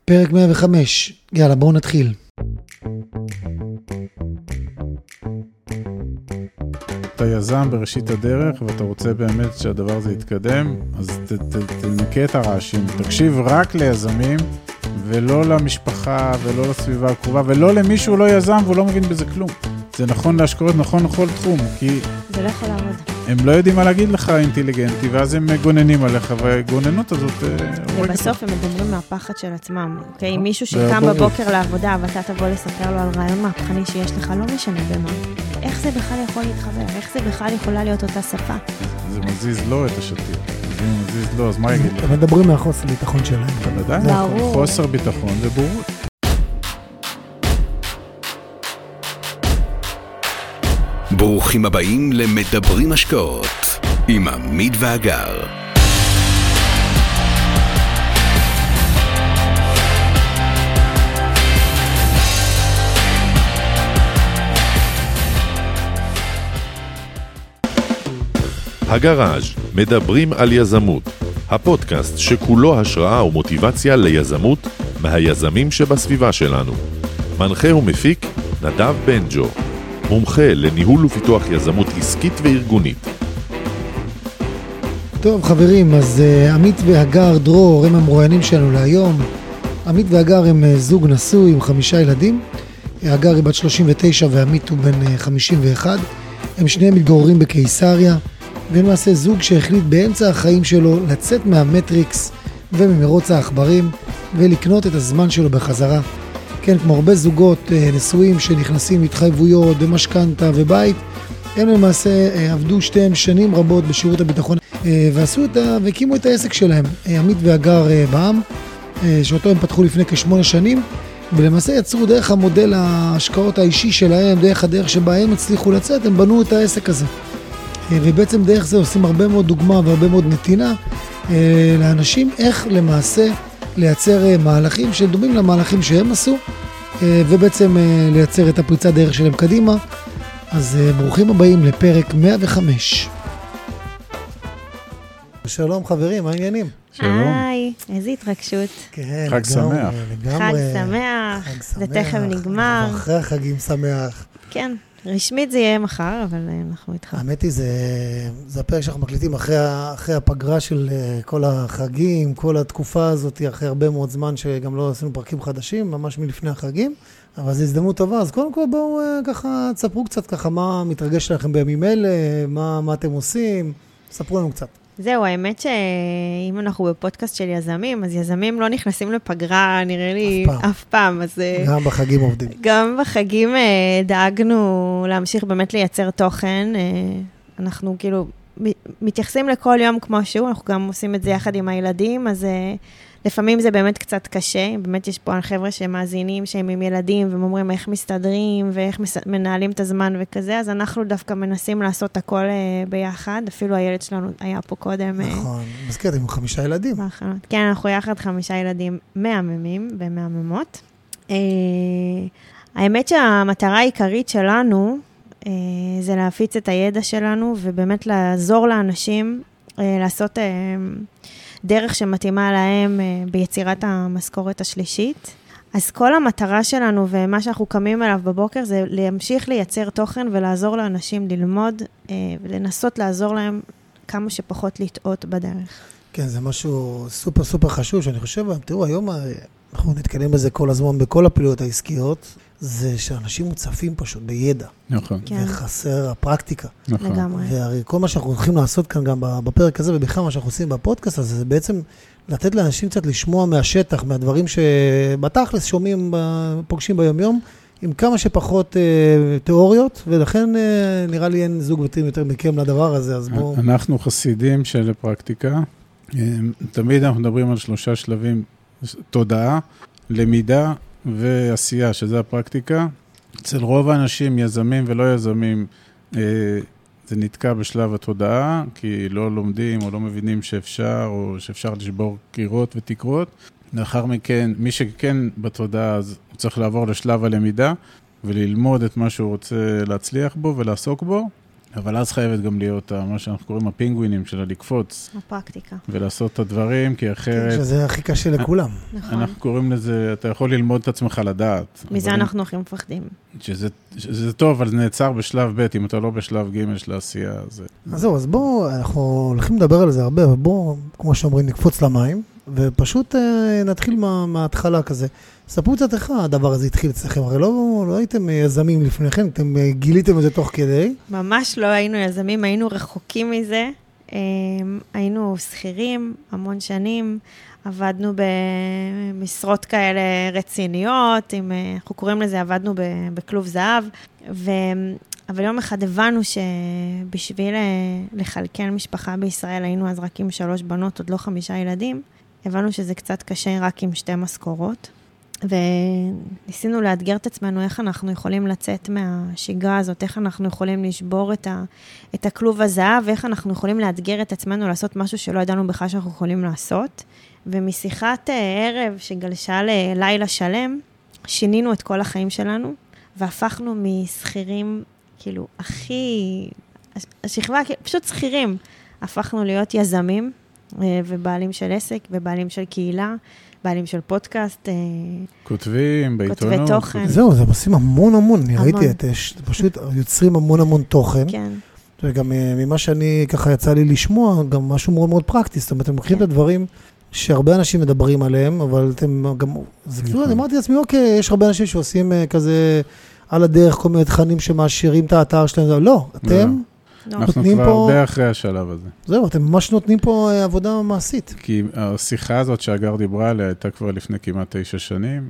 פרק 105. יאללה, בואו נתחיל. אתה יזם בראשית הדרך ואתה רוצה באמת שהדבר הזה יתקדם, אז תנקה את הרעשים, תקשיב רק ליזמים ולא למשפחה ולא לסביבה הקרובה ולא למישהו לא יזם והוא לא מבין בזה כלום. זה נכון להשקעות, נכון לכל תחום, כי זה לא יכול לעבוד. הם לא יודעים מה להגיד לך אינטליגנטי, ואז הם גוננים עליך, והגוננות הזאת... ובסוף הם מדברים מהפחד של עצמם. אוקיי, מישהו שקם בבוקר לעבודה, ואתה תבוא לספר לו על רעיון מהפכני שיש לך, לא משנה במה. איך זה בכלל יכול להתחבר? איך זה בכלל יכולה להיות אותה שפה? זה מזיז לו את השטיח. זה מזיז לו, אז מה יגיד לך? הם מדברים מהחוסר ביטחון שלהם. אתה יודע? חוסר ביטחון ובורות. ברוכים הבאים למדברים השקעות עם עמית ואגר. הגראז' מדברים על יזמות, הפודקאסט שכולו השראה ומוטיבציה ליזמות מהיזמים שבסביבה שלנו. מנחה ומפיק נדב בנג'ו, מומחה לניהול ופיתוח יזמות עסקית וארגונית. טוב חברים, אז עמית והגר דרור הם המרואיינים שלנו להיום. עמית והגר הם זוג נשוי עם 5 ילדים. הגר היא בת 39 ועמית הוא בן 51. הם שניהם מתגוררים בקיסריה, ולמעשה זוג שהחליט באמצע החיים שלו לצאת מהמטריקס וממרוץ העכברים ולקנות את הזמן שלו בחזרה. כן, כמו הרבה זוגות נשואים שנכנסים להתחייבויות ומשכנתה ובית, הם למעשה עבדו שתיהם שנים רבות בשירות הביטחון והקימו את העסק שלהם, עמית והגר בע"מ, שאותו הם פתחו לפני כ8 שנים, ולמעשה יצרו דרך המודל ההשקעות האישי שלהם, דרך הדרך שבה הם הצליחו לצאת, הם בנו את העסק הזה. ובעצם דרך זה עושים הרבה מאוד דוגמה והרבה מאוד נתינה לאנשים איך למעשה לייצר מהלכים שדומים למהלכים שהם עשו, ובעצם לייצר את הפריצה דרך שלהם קדימה. אז ברוכים הבאים לפרק 105. שלום חברים, מה העניינים? שלום. היי, איזה התרגשות. כן, חג שמח. חג שמח, זה תכף נגמר. אחרי החגים שמח. כן, רשמית זה יהיה מחר, אבל אנחנו איתך. האמת היא, זה הפרק שאנחנו מקליטים אחרי הפגרה של כל החגים, כל התקופה הזאת, אחרי הרבה מאוד זמן שגם לא עשינו פרקים חדשים, ממש מלפני החגים, אבל זו הזדמנות טובה. אז קודם כל בואו ככה, תספרו קצת ככה מה מתרגש לכם בימים אלה, מה אתם עושים, ספרו לנו קצת. זהו, האמת שאם אנחנו בפודקאסט של יזמים, אז יזמים לא נכנסים לפגרה, נראה לי אף פעם. אז גם בחגים עובדים. גם בחגים דאגנו להמשיך באמת לייצר תוכן. אנחנו כאילו מתייחסים לכל יום כמו שהוא, אנחנו גם עושים את זה יחד עם הילדים, אז לפעמים זה באמת קצת קשה. באמת יש פה חבר'ה שמאזינים שהם עם ילדים, והם אומרים איך מסתדרים ואיך מנהלים את הזמן וכזה, אז אנחנו דווקא מנסים לעשות הכל ביחד. אפילו הילד שלנו היה פה קודם. נכון, מזכרת, עם 5 ילדים. כן, אנחנו יחד 5 ילדים מהממים ומהממות. האמת שהמטרה העיקרית שלנו זה להפיץ את הידע שלנו, ובאמת לעזור לאנשים לעשות דרך שמתאימה להם ביצירת המשכורת השלישית. אז כל המטרה שלנו ומה שאנחנו קמים אליו בבוקר זה להמשיך לייצר תוכן ולעזור לאנשים ללמוד ולנסות לעזור להם כמה שפחות לטעות בדרך. כן, זה משהו סופר סופר חשוב שאני חושב, תראו, היום אנחנו נתקדם בזה כל הזמן בכל הפעילויות העסקיות, זה שאנשים מוצפים פשוט בידע. נכון. וחסר הפרקטיקה. נכון. לגמרי. והרי כל מה שאנחנו הולכים לעשות כאן גם בפרק הזה, ובכלל מה שאנחנו עושים בפודקאסט הזה, זה בעצם לתת לאנשים קצת לשמוע מהשטח, מהדברים שבתכלס שומעים, פוגשים ביום יום, עם כמה שפחות תיאוריות, ולכן נראה לי אין זוג מתאים יותר מכם לדבר הזה, אז בואו... אנחנו חסידים של פרקטיקה. תמיד אנחנו מדברים על 3 שלבים, תודעה, למידה ועשייה, שזה הפרקטיקה. אצל רוב האנשים, יזמים ולא יזמים, זה נתקע בשלב התודעה, כי לא לומדים או לא מבינים שאפשר, או שאפשר לשבור קירות ותקרות. לאחר מכן, מי שכן בתודעה, אז הוא צריך לעבור לשלב הלמידה, וללמוד את מה שהוא רוצה להצליח בו ולעסוק בו. אבל אז חייבת גם להיות מה שאנחנו קוראים הפינגווינים שלה, לקפוץ. הפרקטיקה. ולעשות את הדברים, כי אחרת... שזה הכי קשה לכולם. נכון. אנחנו קוראים לזה, אתה יכול ללמוד את עצמך לדעת. מזה אנחנו הכי מפחדים. שזה טוב, אבל זה נעצר בשלב ב', אם אתה לא בשלב ג' של העשייה. אז זהו, אז בואו, אנחנו הולכים לדבר על זה הרבה, אבל בואו, כמו שאומרים, נקפוץ למים, ופשוט נתחיל מההתחלה כזה. ספרו קצת איך הדבר הזה התחיל אצלכם, הרי לא הייתם יזמים לפני כן, אתם גיליתם את זה תוך כדי. ממש לא היינו יזמים, היינו רחוקים מזה, היינו שכירים המון שנים, עבדנו במשרות כאלה רציניות, אנחנו קוראים לזה, עבדנו בכלוב זהב, אבל יום אחד הבנו שבשביל לכלכל משפחה בישראל, היינו אז רק עם 3 בנות, עוד לא 5 ילדים, הבנו שזה קצת קשה רק עם 2 משכורות, וניסינו לאתגר את עצמנו איך אנחנו יכולים לצאת מהשגרה הזאת, איך אנחנו יכולים לשבור את הכלוב הזהב, ואיך אנחנו יכולים לאתגר את עצמנו לעשות משהו שלא ידענו בכלל שאנחנו יכולים לעשות. ומשיחת ערב שגלשה ללילה שלם, שינינו את כל החיים שלנו, והפכנו משכירים, כאילו, השכבה, פשוט שכירים, הפכנו להיות יזמים, ובעלים של עסק, ובעלים של קהילה, בעלים של פודקאסט. כותבים, בעיתונות. כותבי תוכן. זהו, זה עושים המון, אני ראיתי את זה, פשוט יוצרים המון תוכן. כן. וגם ממה שאני ככה יצא לי לשמוע, גם משהו מאוד מאוד פרקטי, זאת אומרת, אתם לוקחים את הדברים שהרבה אנשים מדברים עליהם, אבל אתם גם, זה כאילו, אני אמרתי לעצמי, אוקיי, יש הרבה אנשים שעושים כזה על הדרך, כל מיני תכנים שמאשרים את האתר שלהם, לא, אתם... אנחנו כבר הרבה אחרי השלב הזה. זהו, אתם ממש נותנים פה עבודה מעשית. כי השיחה הזאת שהגר דיברה עליה הייתה כבר לפני כמעט 9 שנים,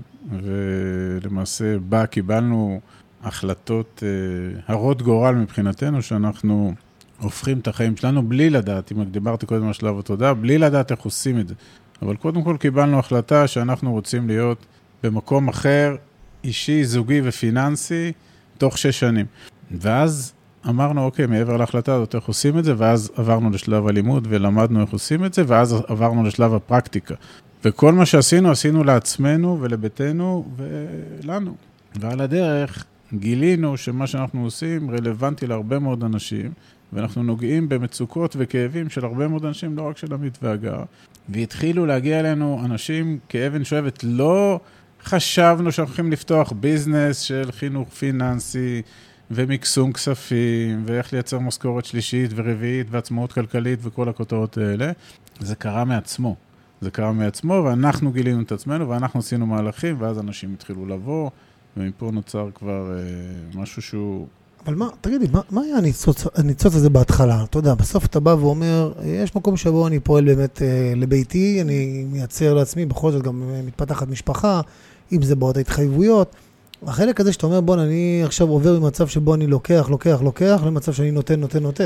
ולמעשה בה קיבלנו החלטות הרות גורל מבחינתנו, שאנחנו הופכים את החיים שלנו בלי לדעת, אם דיברתי קודם על שלב התודעה, בלי לדעת איך עושים את זה. אבל קודם כל קיבלנו החלטה שאנחנו רוצים להיות במקום אחר, אישי, זוגי ופיננסי, תוך 6 שנים. ואז אמרנו, אוקיי, מעבר להחלטה הזאת, איך עושים את זה, ואז עברנו לשלב הלימוד ולמדנו איך עושים את זה, ואז עברנו לשלב הפרקטיקה. וכל מה שעשינו, עשינו לעצמנו ולביתנו ולנו. ועל הדרך גילינו שמה שאנחנו עושים רלוונטי להרבה מאוד אנשים, ואנחנו נוגעים במצוקות וכאבים של הרבה מאוד אנשים, לא רק של עמית והגר. והתחילו להגיע אלינו אנשים כאבן שואבת, לא חשבנו שאנחנו יכולים לפתוח ביזנס של חינוך פיננסי, ומקסום כספים, ואיך לייצר משכורת שלישית ורביעית, ועצמאות כלכלית וכל הכותרות האלה. זה קרה מעצמו. זה קרה מעצמו, ואנחנו גילינו את עצמנו, ואנחנו עשינו מהלכים, ואז אנשים התחילו לבוא, ומפה נוצר כבר משהו שהוא... אבל מה, תגידי, מה היה הניצוץ הזה בהתחלה? אתה יודע, בסוף אתה בא ואומר, יש מקום שבו אני פועל באמת לביתי, אני מייצר לעצמי, בכל זאת גם מתפתחת משפחה, אם זה בעוד ההתחייבויות, החלק הזה שאתה אומר, בוא, אני עכשיו עובר ממצב שבו אני לוקח, למצב שאני נותן.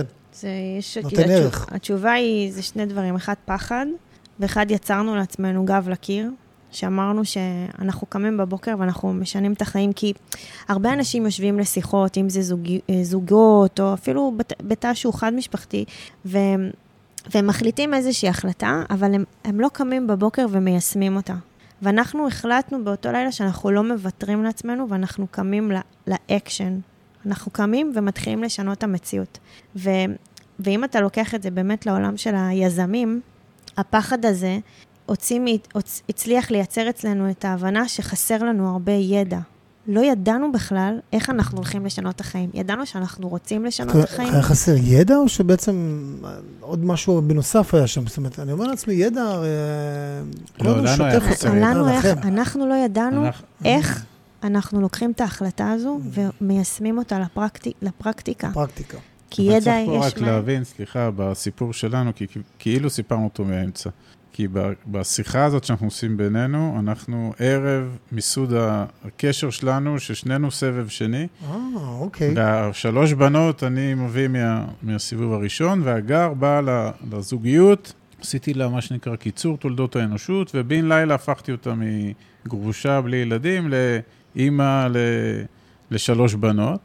נותן ערך. התשובה היא, זה 2 דברים. אחד, פחד, ואחד, יצרנו לעצמנו גב לקיר, שאמרנו שאנחנו קמים בבוקר ואנחנו משנים את החיים, כי הרבה אנשים יושבים לשיחות, אם זה זוגות, או אפילו בתא שהוא חד משפחתי, והם מחליטים איזושהי החלטה, אבל הם לא קמים בבוקר ומיישמים אותה. ואנחנו החלטנו באותו לילה שאנחנו לא מוותרים לעצמנו, ואנחנו קמים לאקשן. אנחנו קמים ומתחילים לשנות את המציאות. ואם אתה לוקח את זה באמת לעולם של היזמים, הפחד הזה הצליח לייצר אצלנו את ההבנה שחסר לנו הרבה ידע. לא ידענו בכלל איך אנחנו הולכים לשנות את החיים. ידענו שאנחנו רוצים לשנות את החיים. היה חסר ידע או שבעצם עוד משהו בנוסף היה שם? זאת אומרת, אני אומר לעצמי, ידע... לא, לנו היה חסר ידע. אנחנו לא ידענו איך אנחנו לוקחים את ההחלטה הזו ומיישמים אותה לפרקטיקה. כי ידע יש... צריך פה רק להבין, סליחה, בסיפור שלנו, כי כאילו סיפרנו אותו מהאמצע. כי בשיחה הזאת שאנחנו עושים בינינו, אנחנו ערב מסוד הקשר שלנו, ששנינו סבב שני. אוקיי. וה3 בנות אני מביא מהסיבוב הראשון, והגר בא לזוגיות, עשיתי לה מה שנקרא קיצור תולדות האנושות, ובין לילה הפכתי אותה מגרושה בלי ילדים, לאמא ל3 בנות,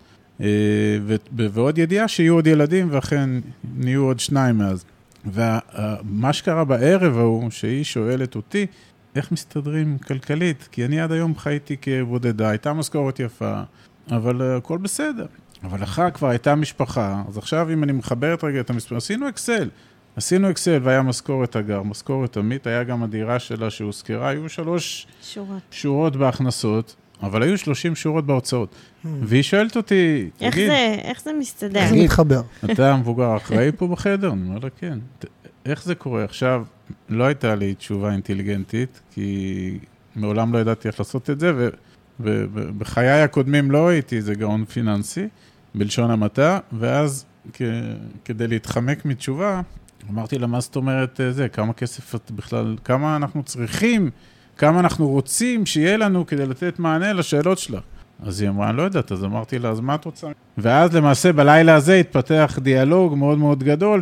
ועוד ידיעה שיהיו עוד ילדים, ואכן נהיו עוד 2 מאז. ומה שקרה בערב ההוא, שהיא שואלת אותי, איך מסתדרים כלכלית? כי אני עד היום חייתי כבודדה, הייתה משכורת יפה, אבל הכל בסדר. אבל אחר כבר הייתה משפחה, אז עכשיו אם אני מחברת רגע את המספר, עשינו אקסל והיה משכורת הגר, משכורת עמית, היה גם הדירה שלה שהוזכרה, היו 3 שורות בהכנסות, אבל היו 30 שורות בהוצאות. והיא שואלת אותי, תגיד, איך זה מסתדר? איך זה מתחבר? אתה המבוגר אחראי פה בחדר? אני אומר לה, כן. איך זה קורה? עכשיו, לא הייתה לי תשובה אינטליגנטית, כי מעולם לא ידעתי איך לעשות את זה, ובחיי הקודמים לא הייתי איזה גאון פיננסי, בלשון המעטה, ואז כדי להתחמק מתשובה, אמרתי לה, מה זאת אומרת זה? כמה כסף את בכלל, כמה אנחנו צריכים, כמה אנחנו רוצים שיהיה לנו כדי לתת מענה לשאלות שלה. אז היא אמרה, אני לא יודעת, אז אמרתי לה, אז מה את רוצה? ואז למעשה בלילה הזה התפתח דיאלוג מאוד מאוד גדול,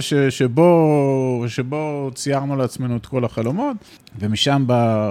שבו ציירנו לעצמנו את כל החלומות, ומשם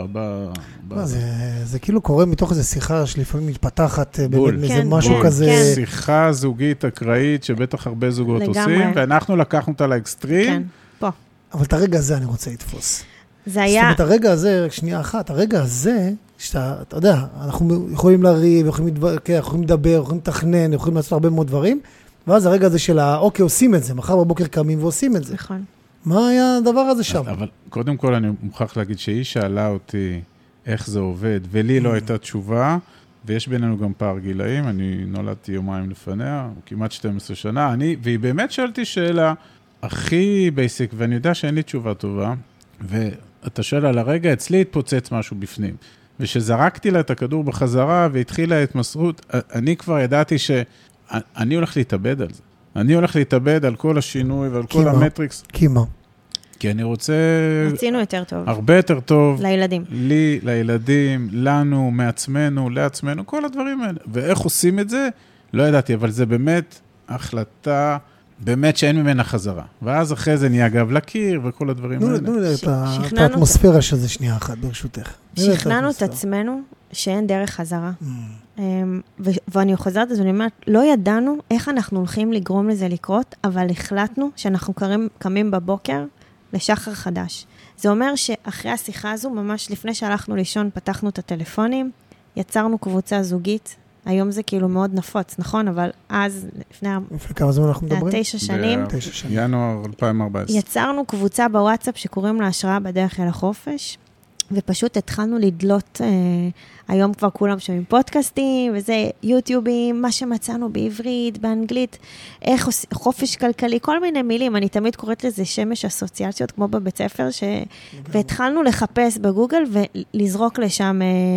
זה כאילו קורה מתוך איזו שיחה שלפעמים מתפתחת, מאיזה משהו כזה. שיחה זוגית אקראית, שבטח הרבה זוגות עושים, ואנחנו לקחנו אותה לאקסטרים. כן, פה. אבל את הרגע הזה אני רוצה לתפוס. זה היה... זאת אומרת, הרגע הזה, שנייה אחת, הרגע הזה, שאתה יודע, אנחנו יכולים להריב, יכולים לדבר, יכולים לתכנן, יכולים לעשות הרבה מאוד דברים, ואז הרגע הזה של אוקיי, עושים את זה, מחר בבוקר קמים ועושים את זה. נכון. מה היה הדבר הזה שם? אבל קודם כל אני מוכרח להגיד שהיא שאלה אותי איך זה עובד, ולי לא הייתה תשובה, ויש בינינו גם פער גילאים, אני נולדתי יומיים לפניה, כמעט 12 שנה, והיא באמת שאלתי שאלה הכי בייסיק, ואני יודע שאין לי תשובה טובה, ואתה שואל על הרגע, אצלי התפוצץ משהו בפנים. ושזרקתי לה את הכדור בחזרה, והתחילה ההתמסרות, אני כבר ידעתי שאני הולך להתאבד על זה. אני הולך להתאבד על כל השינוי ועל כל המטריקס. כי מה? כי אני רוצה... רצינו יותר טוב. הרבה יותר טוב. לילדים. לי, לילדים, לנו, מעצמנו, לעצמנו, כל הדברים האלה. ואיך עושים את זה? לא ידעתי, אבל זה באמת החלטה... באמת שאין ממנה חזרה. ואז אחרי זה נהיה גב לקיר וכל הדברים האלה. נו, את האטמוספירה של זה שנייה אחת, ברשותך. שכנענו את עצמנו שאין דרך חזרה. ואני חוזרת, אז אני אומרת, לא ידענו איך אנחנו הולכים לגרום לזה לקרות, אבל החלטנו שאנחנו קמים בבוקר לשחר חדש. זה אומר שאחרי השיחה הזו, ממש לפני שהלכנו לישון, פתחנו את הטלפונים, יצרנו קבוצה זוגית, היום זה כאילו מאוד נפוץ, נכון? אבל אז, לפני כמה זמן אנחנו מדברים? 9 שנים. ינואר 2014. יצרנו קבוצה בוואטסאפ שקוראים לה השראה בדרך אל החופש, ופשוט התחלנו לדלות, היום כבר כולם שומעים פודקאסטים, וזה יוטיובים, מה שמצאנו בעברית, באנגלית, איך חופש כלכלי, כל מיני מילים, אני תמיד קוראת לזה שמש אסוציאציות, כמו בבית ספר, והתחלנו לחפש בגוגל, ולזרוק לשם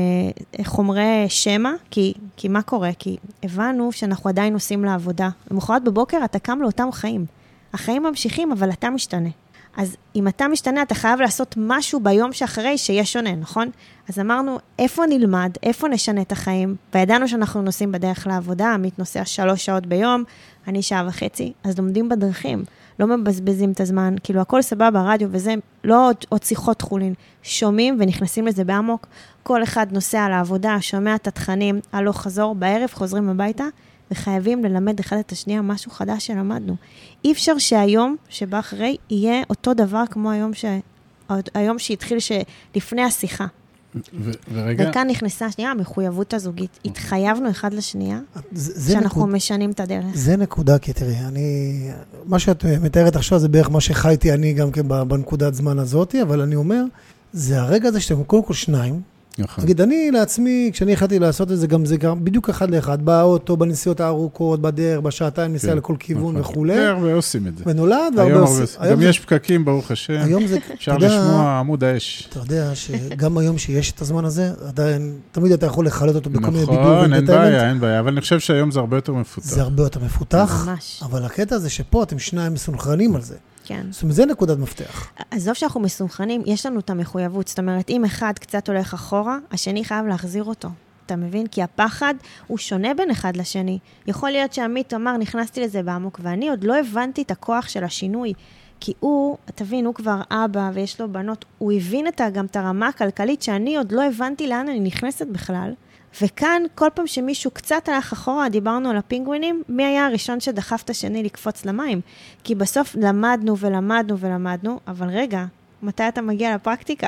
חומרי שמע, כי מה קורה? כי הבנו שאנחנו עדיין עושים לעבודה. למחרת בבוקר אתה קם לאותם חיים. החיים ממשיכים, אבל אתה משתנה. אז אם אתה משתנה, אתה חייב לעשות משהו ביום שאחרי שיהיה שונה, נכון? אז אמרנו, איפה נלמד, איפה נשנה את החיים? וידענו שאנחנו נוסעים בדרך לעבודה, עמית נוסע 3 שעות ביום, אני 1.5 שעות, אז לומדים בדרכים, לא מבזבזים את הזמן, כאילו הכל סבבה, רדיו וזה, לא עוד שיחות חולין, שומעים ונכנסים לזה בעמוק, כל אחד נוסע לעבודה, שומע את התכנים, הלוך חזור, בערב חוזרים הביתה, וחייבים ללמד אחד את השנייה משהו חדש שלמדנו. אי אפשר שהיום, שבא אחרי, יהיה אותו דבר כמו היום שהתחיל לפני השיחה. וכאן נכנסה השנייה, המחויבות הזוגית. התחייבנו אחד לשנייה, שאנחנו משנים את הדרך. זה נקודה, כי תראי, מה שאת מתארת עכשיו זה בערך מה שחייתי אני גם כן בנקודת זמן הזאת, אבל אני אומר, זה הרגע הזה שאתם קודם כל שניים, נגיד, אני לעצמי, כשאני החלטתי לעשות את זה, גם זה בדיוק אחד לאחד, באוטו, בנסיעות הארוכות, בדרך, בשעתיים, ניסע לכל כיוון וכו'. הרבה עושים את זה. ונולד, והרבה עושים. גם יש פקקים, ברוך השם. אפשר לשמוע עמוד האש. אתה יודע שגם היום שיש את הזמן הזה, עדיין, תמיד אתה יכול לחלט אותו בכל מיני בידור. נכון, אין בעיה, אבל אני חושב שהיום זה הרבה יותר מפותח. זה הרבה יותר מפותח, אבל הקטע הזה שפה אתם שניים מסונכרנים על זה. כן. זאת אומרת, זה נקודת מפתח. עזוב שאנחנו מסונכרנים, יש לנו את המחויבות. זאת אומרת, אם אחד קצת הולך אחורה, השני חייב להחזיר אותו. אתה מבין? כי הפחד הוא שונה בין אחד לשני. יכול להיות שעמית אמר, נכנסתי לזה בעמוק, ואני עוד לא הבנתי את הכוח של השינוי. כי הוא, תבין, הוא כבר אבא ויש לו בנות, הוא הבין גם את הרמה הכלכלית שאני עוד לא הבנתי לאן אני נכנסת בכלל. וכאן, כל פעם שמישהו קצת הלך אחורה, דיברנו על הפינגווינים, מי היה הראשון שדחף את השני לקפוץ למים? כי בסוף למדנו ולמדנו ולמדנו, אבל רגע, מתי אתה מגיע לפרקטיקה?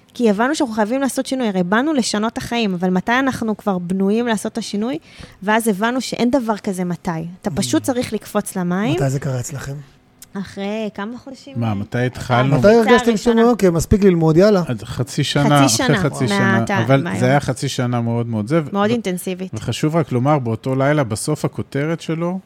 כי הבנו שאנחנו חייבים לעשות שינוי, הרי באנו לשנות החיים, אבל מתי אנחנו כבר בנויים לעשות את השינוי, ואז הבנו שאין דבר כזה מתי. אתה פשוט צריך לקפוץ למים. מתי זה קרה אצלכם? אחרי כמה חודשים? מה, מתי התחלנו? מתי הרגשתם שאתם אוקיי, מספיק ללמוד, יאללה. חצי שנה, אחרי חצי שנה, אבל זה היה חצי שנה מאוד מאוד זה. מאוד אינטנסיבית. וחשוב רק לומר, באותו לילה, בסוף הכותרת שלו,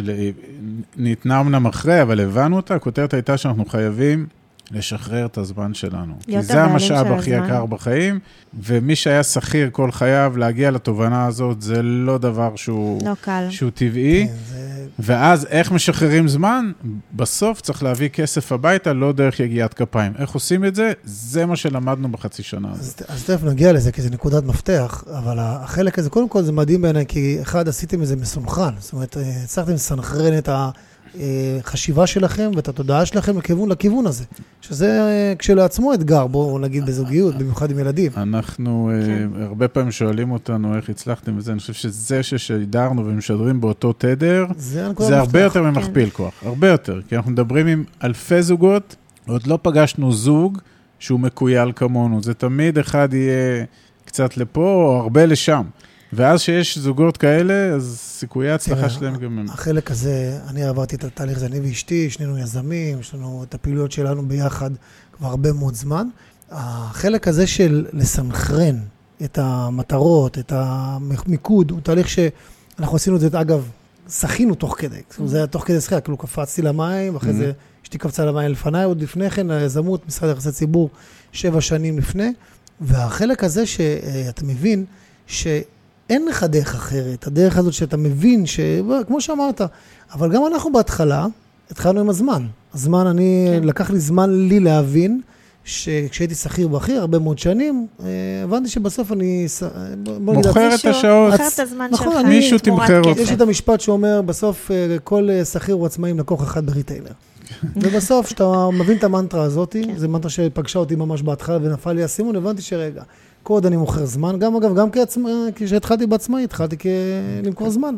שניתנה אמנם אחרי, אבל הבנו אותה, הכותרת הייתה שאנחנו חייבים לשחרר את הזמן שלנו. כי זה המשאב הכי יקר בחיים, ומי שהיה שכיר כל חייו להגיע לתובנה הזאת, זה לא דבר שהוא טבעי. ואז איך משחררים זמן? בסוף צריך להביא כסף הביתה, לא דרך יגיעת כפיים. איך עושים את זה? זה מה שלמדנו בחצי שנה הזאת. אז תכף נגיע לזה, כי זה נקודת מפתח, אבל החלק הזה, קודם כל זה מדהים בעיניי, כי אחד, עשיתם איזה מסונכרן, זאת אומרת, הצלחתם לסנכרן את החשיבה שלכם ואת התודעה שלכם לכיוון הזה, שזה כשלעצמו אתגר, בואו נגיד בזוגיות, במיוחד עם ילדים. אנחנו הרבה פעמים שואלים אותנו איך הצלחתם וזה, אני חושב שזה ששידרנו ומשדרים באותו תדר, זה הרבה יותר ממכפיל כוח, הרבה יותר, כי אנחנו מדברים עם אלפי זוגות, עוד לא פגשנו זוג שהוא מקוייל כמונו, זה תמיד אחד יהיה קצת לפה או הרבה לשם. ואז שיש זוגות כאלה, אז סיכויי ההצלחה שלהם גם... החלק הזה, אני עברתי את התהליך הזה, אני ואשתי, שנינו יזמים, יש לנו את הפעילויות שלנו ביחד כבר הרבה מאוד זמן. החלק הזה של לסנכרן את המטרות, את המיקוד, הוא תהליך שאנחנו עשינו את זה, אגב, שחינו תוך כדי. זה היה תוך כדי שחייה, כאילו קפצתי למים, ואחרי זה אשתי קפצה למים לפניי, עוד לפני כן, היזמות, משרד יחסי ציבור, 7 שנים לפני. והחלק הזה שאתה מבין אין לך דרך אחרת, הדרך הזאת שאתה מבין, כמו שאמרת, אבל גם אנחנו בהתחלה, התחלנו עם הזמן. הזמן, לקח לי זמן לי להבין, שכשהייתי שכיר בכיר, הרבה מאוד שנים, הבנתי שבסוף אני... מוכר את השעות. מוכר את הזמן שלך. מישהו תמחר אותך. יש את המשפט שאומר, בסוף כל שכיר הוא עצמאי עם לקוח אחד בריטיילר. ובסוף, כשאתה מבין את המנטרה הזאת, זה מנטרה שפגשה אותי ממש בהתחלה, ונפל לי הסימון, הבנתי שרגע, כל עוד אני מוכר זמן, גם אגב, גם כשהתחלתי בעצמאי, התחלתי למכור זמן.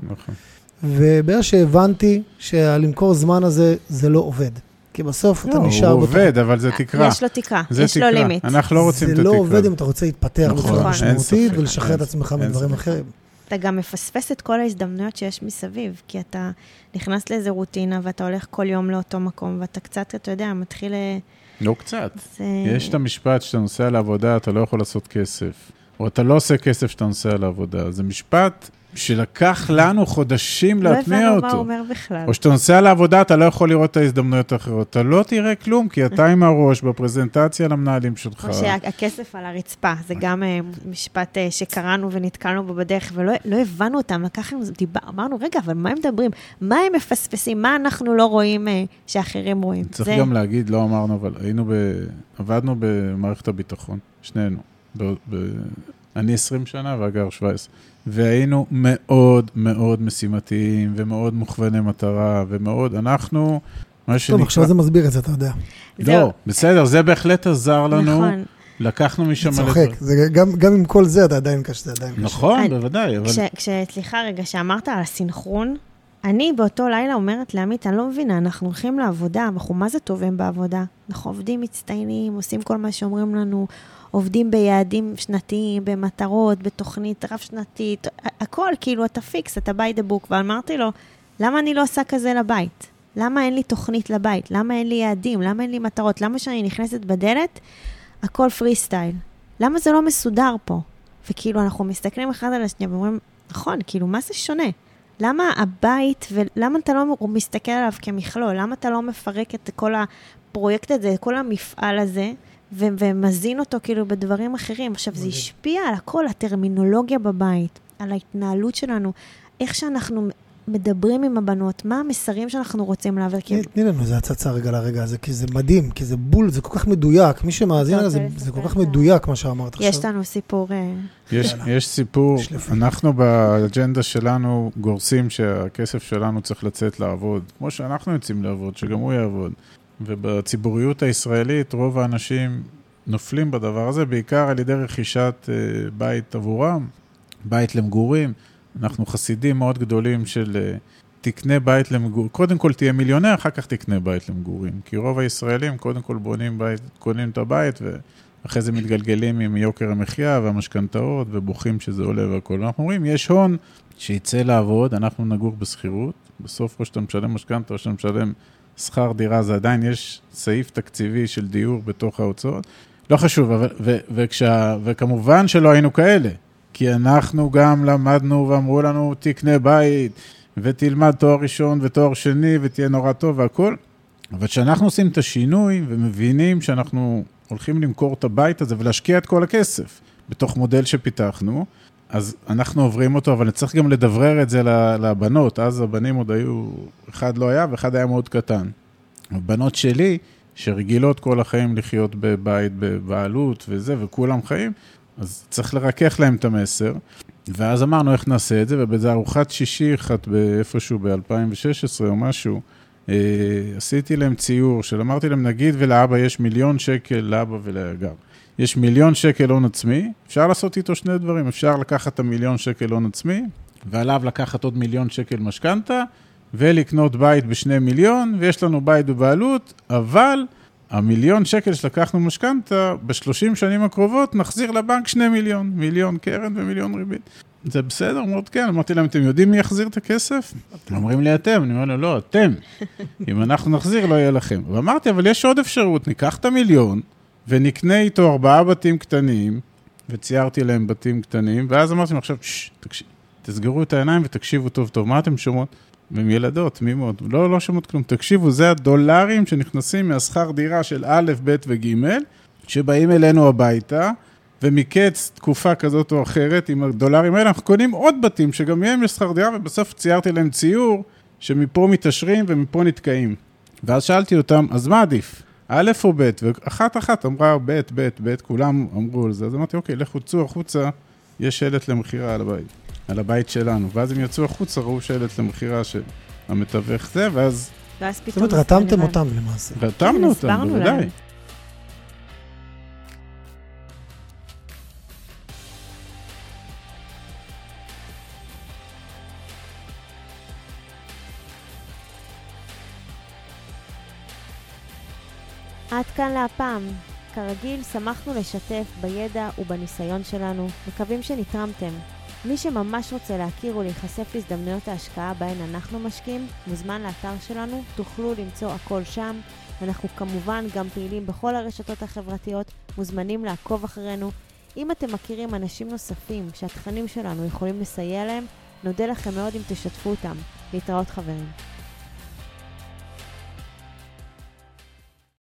ובעיה שהבנתי שהלמכור זמן הזה, זה לא עובד. כי בסוף אתה נשאר... הוא עובד, אבל זה תקרה. יש לו תקרה, יש לו לימיט. אנחנו לא רוצים את התקרה. זה לא עובד אם אתה רוצה להתפתח בצורה משמעותית, ולשחרר את עצמך מדברים אחרים. אתה גם מפספס את כל ההזדמנויות שיש מסביב, כי אתה נכנס לאיזה רוטינה, ואתה הולך כל יום לאותו מקום, ואתה קצת, אתה יודע, מתחיל... לא קצת. יש את המשפט שאתה נוסע לעבודה, אתה לא יכול לעשות כסף. או אתה לא עושה כסף שאתה נוסע לעבודה. זה משפט שלקח לנו חודשים להטמיע אותו. לא הבנו מה הוא אומר בכלל. או שאתה נוסע לעבודה, אתה לא יכול לראות את ההזדמנויות האחרות. אתה לא תראה כלום, כי אתה עם הראש בפרזנטציה למנהלים שלך. או שהכסף על הרצפה. זה גם משפט שקראנו ונתקלנו בו בדרך, ולא הבנו אותם. אמרנו, רגע, אבל מה הם מדברים? מה הם מפספסים? מה אנחנו לא רואים שאחרים רואים? צריך גם להגיד, לא אמרנו, אבל עבדנו במערכת הביטחון, שנינו. אני 20 שנה והגר 17. והיינו מאוד מאוד משימתיים, ומאוד מוכווני מטרה, ומאוד, אנחנו, מה שנקרא... טוב, עכשיו זה מסביר את זה, אתה יודע. לא, בסדר, זה בהחלט עזר לנו. נכון. לקחנו משם... צוחק, גם עם כל זה, אתה עדיין קשה, זה עדיין קשה. נכון, בוודאי, אבל... סליחה רגע, שאמרת על הסינכרון, אני באותו לילה אומרת לעמית, אני לא מבינה, אנחנו הולכים לעבודה, אנחנו מה זה טובים בעבודה? אנחנו עובדים מצטיינים, עושים כל מה שאומרים לנו, עובדים ביעדים שנתיים, במטרות, בתוכנית רב שנתית, הכל, כאילו, אתה פיקס, אתה by the book, ואמרתי לו, למה אני לא עושה כזה לבית? למה אין לי תוכנית לבית? למה אין לי יעדים? למה אין לי מטרות? למה שאני נכנסת בדלת? הכל פרי סטייל. למה זה לא מסודר פה? וכאילו, אנחנו מסתכלים אחד על השנייה, ואומרים, נכון, כאילו, מה זה שונה? למה הבית, ולמה אתה לא מסתכל עליו כמכלול? למה אתה לא מפרק את כל הפרויקט הזה, כל המפעל הזה, ומזין אותו כאילו בדברים אחרים? עכשיו, זה השפיע על הכל, הטרמינולוגיה בבית, על ההתנהלות שלנו, איך שאנחנו מדברים עם הבנות, מה המסרים שאנחנו רוצים להעביר. תני לנו, זה הצצה רגע לרגע הזה, כי זה מדהים, כי זה בול, זה כל כך מדויק, מי שמאזין לזה, זה כל כך מדויק מה שאמרת עכשיו. יש לנו סיפור... יש סיפור, אנחנו באג'נדה שלנו גורסים שהכסף שלנו צריך לצאת לעבוד, כמו שאנחנו יוצאים לעבוד, שגם הוא יעבוד. ובציבוריות הישראלית רוב האנשים נופלים בדבר הזה, בעיקר על ידי רכישת בית עבורם, בית למגורים. אנחנו חסידים מאוד גדולים של תקנה בית למגורים. קודם כל תהיה מיליונר, אחר כך תקנה בית למגורים. כי רוב הישראלים קודם כל בונים בית, קונים את הבית אחרי זה מתגלגלים עם יוקר המחיה והמשכנתאות ובוכים שזה עולה והכל. אנחנו אומרים, יש הון שיצא לעבוד, אנחנו נגור בסחירות, בסוף או שאתה משלם משכנתה או שאתה משלם שכר דירה, זה עדיין יש סעיף תקציבי של דיור בתוך ההוצאות. לא חשוב, וכמובן שלא היינו כאלה, כי אנחנו גם למדנו ואמרו לנו, תקנה בית ותלמד תואר ראשון ותואר שני ותהיה נורא טוב והכל. אבל כשאנחנו עושים את השינוי ומבינים שאנחנו הולכים למכור את הבית הזה ולהשקיע את כל הכסף בתוך מודל שפיתחנו, אז אנחנו עוברים אותו, אבל נצטרך גם לדברר את זה לבנות. אז הבנים עוד היו, אחד לא היה ואחד היה מאוד קטן. הבנות שלי, שרגילות כל החיים לחיות בבית, בבעלות וזה, וכולם חיים, אז צריך לרכך להם את המסר. ואז אמרנו איך נעשה את זה, ובזה ארוחת שישי, אחת באיפשהו ב-2016 או משהו, עשיתי להם ציור של אמרתי להם, נגיד ולאבא יש 1,000,000 שקל לאבא ולאגר. יש 1,000,000 שקל הון עצמי, אפשר לעשות איתו שני דברים, אפשר לקחת את 1,000,000 שקל הון עצמי, ועליו לקחת עוד 1,000,000 שקל משכנתה, ולקנות בית ב2,000,000, ויש לנו בית בבעלות, אבל 1,000,000 שקל שלקחנו משכנתה, ב30 שנים הקרובות נחזיר לבנק 2,000,000, 1,000,000 קרן ו1,000,000 ריבית. זה בסדר? מאוד כן. אמרתי להם, אתם יודעים מי יחזיר את הכסף? אומרים לי, אתם. אני אומר לו, לא, אתם. אם אנחנו נחזיר, לא יהיה לכם. ואמרתי, אבל יש עוד אפשרות, ניקח את 1,000,000, ונקנה איתו 4 בתים קטנים, וציירתי להם בתים קטנים, ואז אמרתי להם, עכשיו, תסגרו את העיניים ותקשיבו טוב טוב. מה אתם שומעות? והם ילדות, תמימות. לא שומעות כלום. תקשיבו, זה הדולרים שנכנסים מהשכר דירה של א', ב' וג', שבאים אלינו הביתה, ומקץ תקופה כזאת או אחרת, עם הדולרים האלה, אנחנו קונים עוד בתים, שגם יהם יש שכר דירה, ובסוף ציירתי להם ציור, שמפה מתעשרים ומפה נתקעים. ואז שאלתי אותם, אז מה עדיף? א' או ב'? ואחת אמרה ב', כולם אמרו על זה. אז אמרתי, אוקיי, לכו צאו החוצה, יש שלט למחירה על הבית שלנו. ואז הם יצאו החוצה, ראו שלט למחירה של המתווך זה, ואז... זאת אומרת, רתמתם אותם למעשה. רתמנו אותם, בוודאי. עד כאן להפעם. כרגיל, שמחנו לשתף בידע ובניסיון שלנו. מקווים שנתרמתם. מי שממש רוצה להכיר ולהיחשף להזדמנויות ההשקעה בהן אנחנו משקיעים, מוזמן לאתר שלנו, תוכלו למצוא הכל שם. אנחנו כמובן גם פעילים בכל הרשתות החברתיות, מוזמנים לעקוב אחרינו. אם אתם מכירים אנשים נוספים שהתכנים שלנו יכולים לסייע להם, נודה לכם מאוד אם תשתפו אותם. להתראות חברים.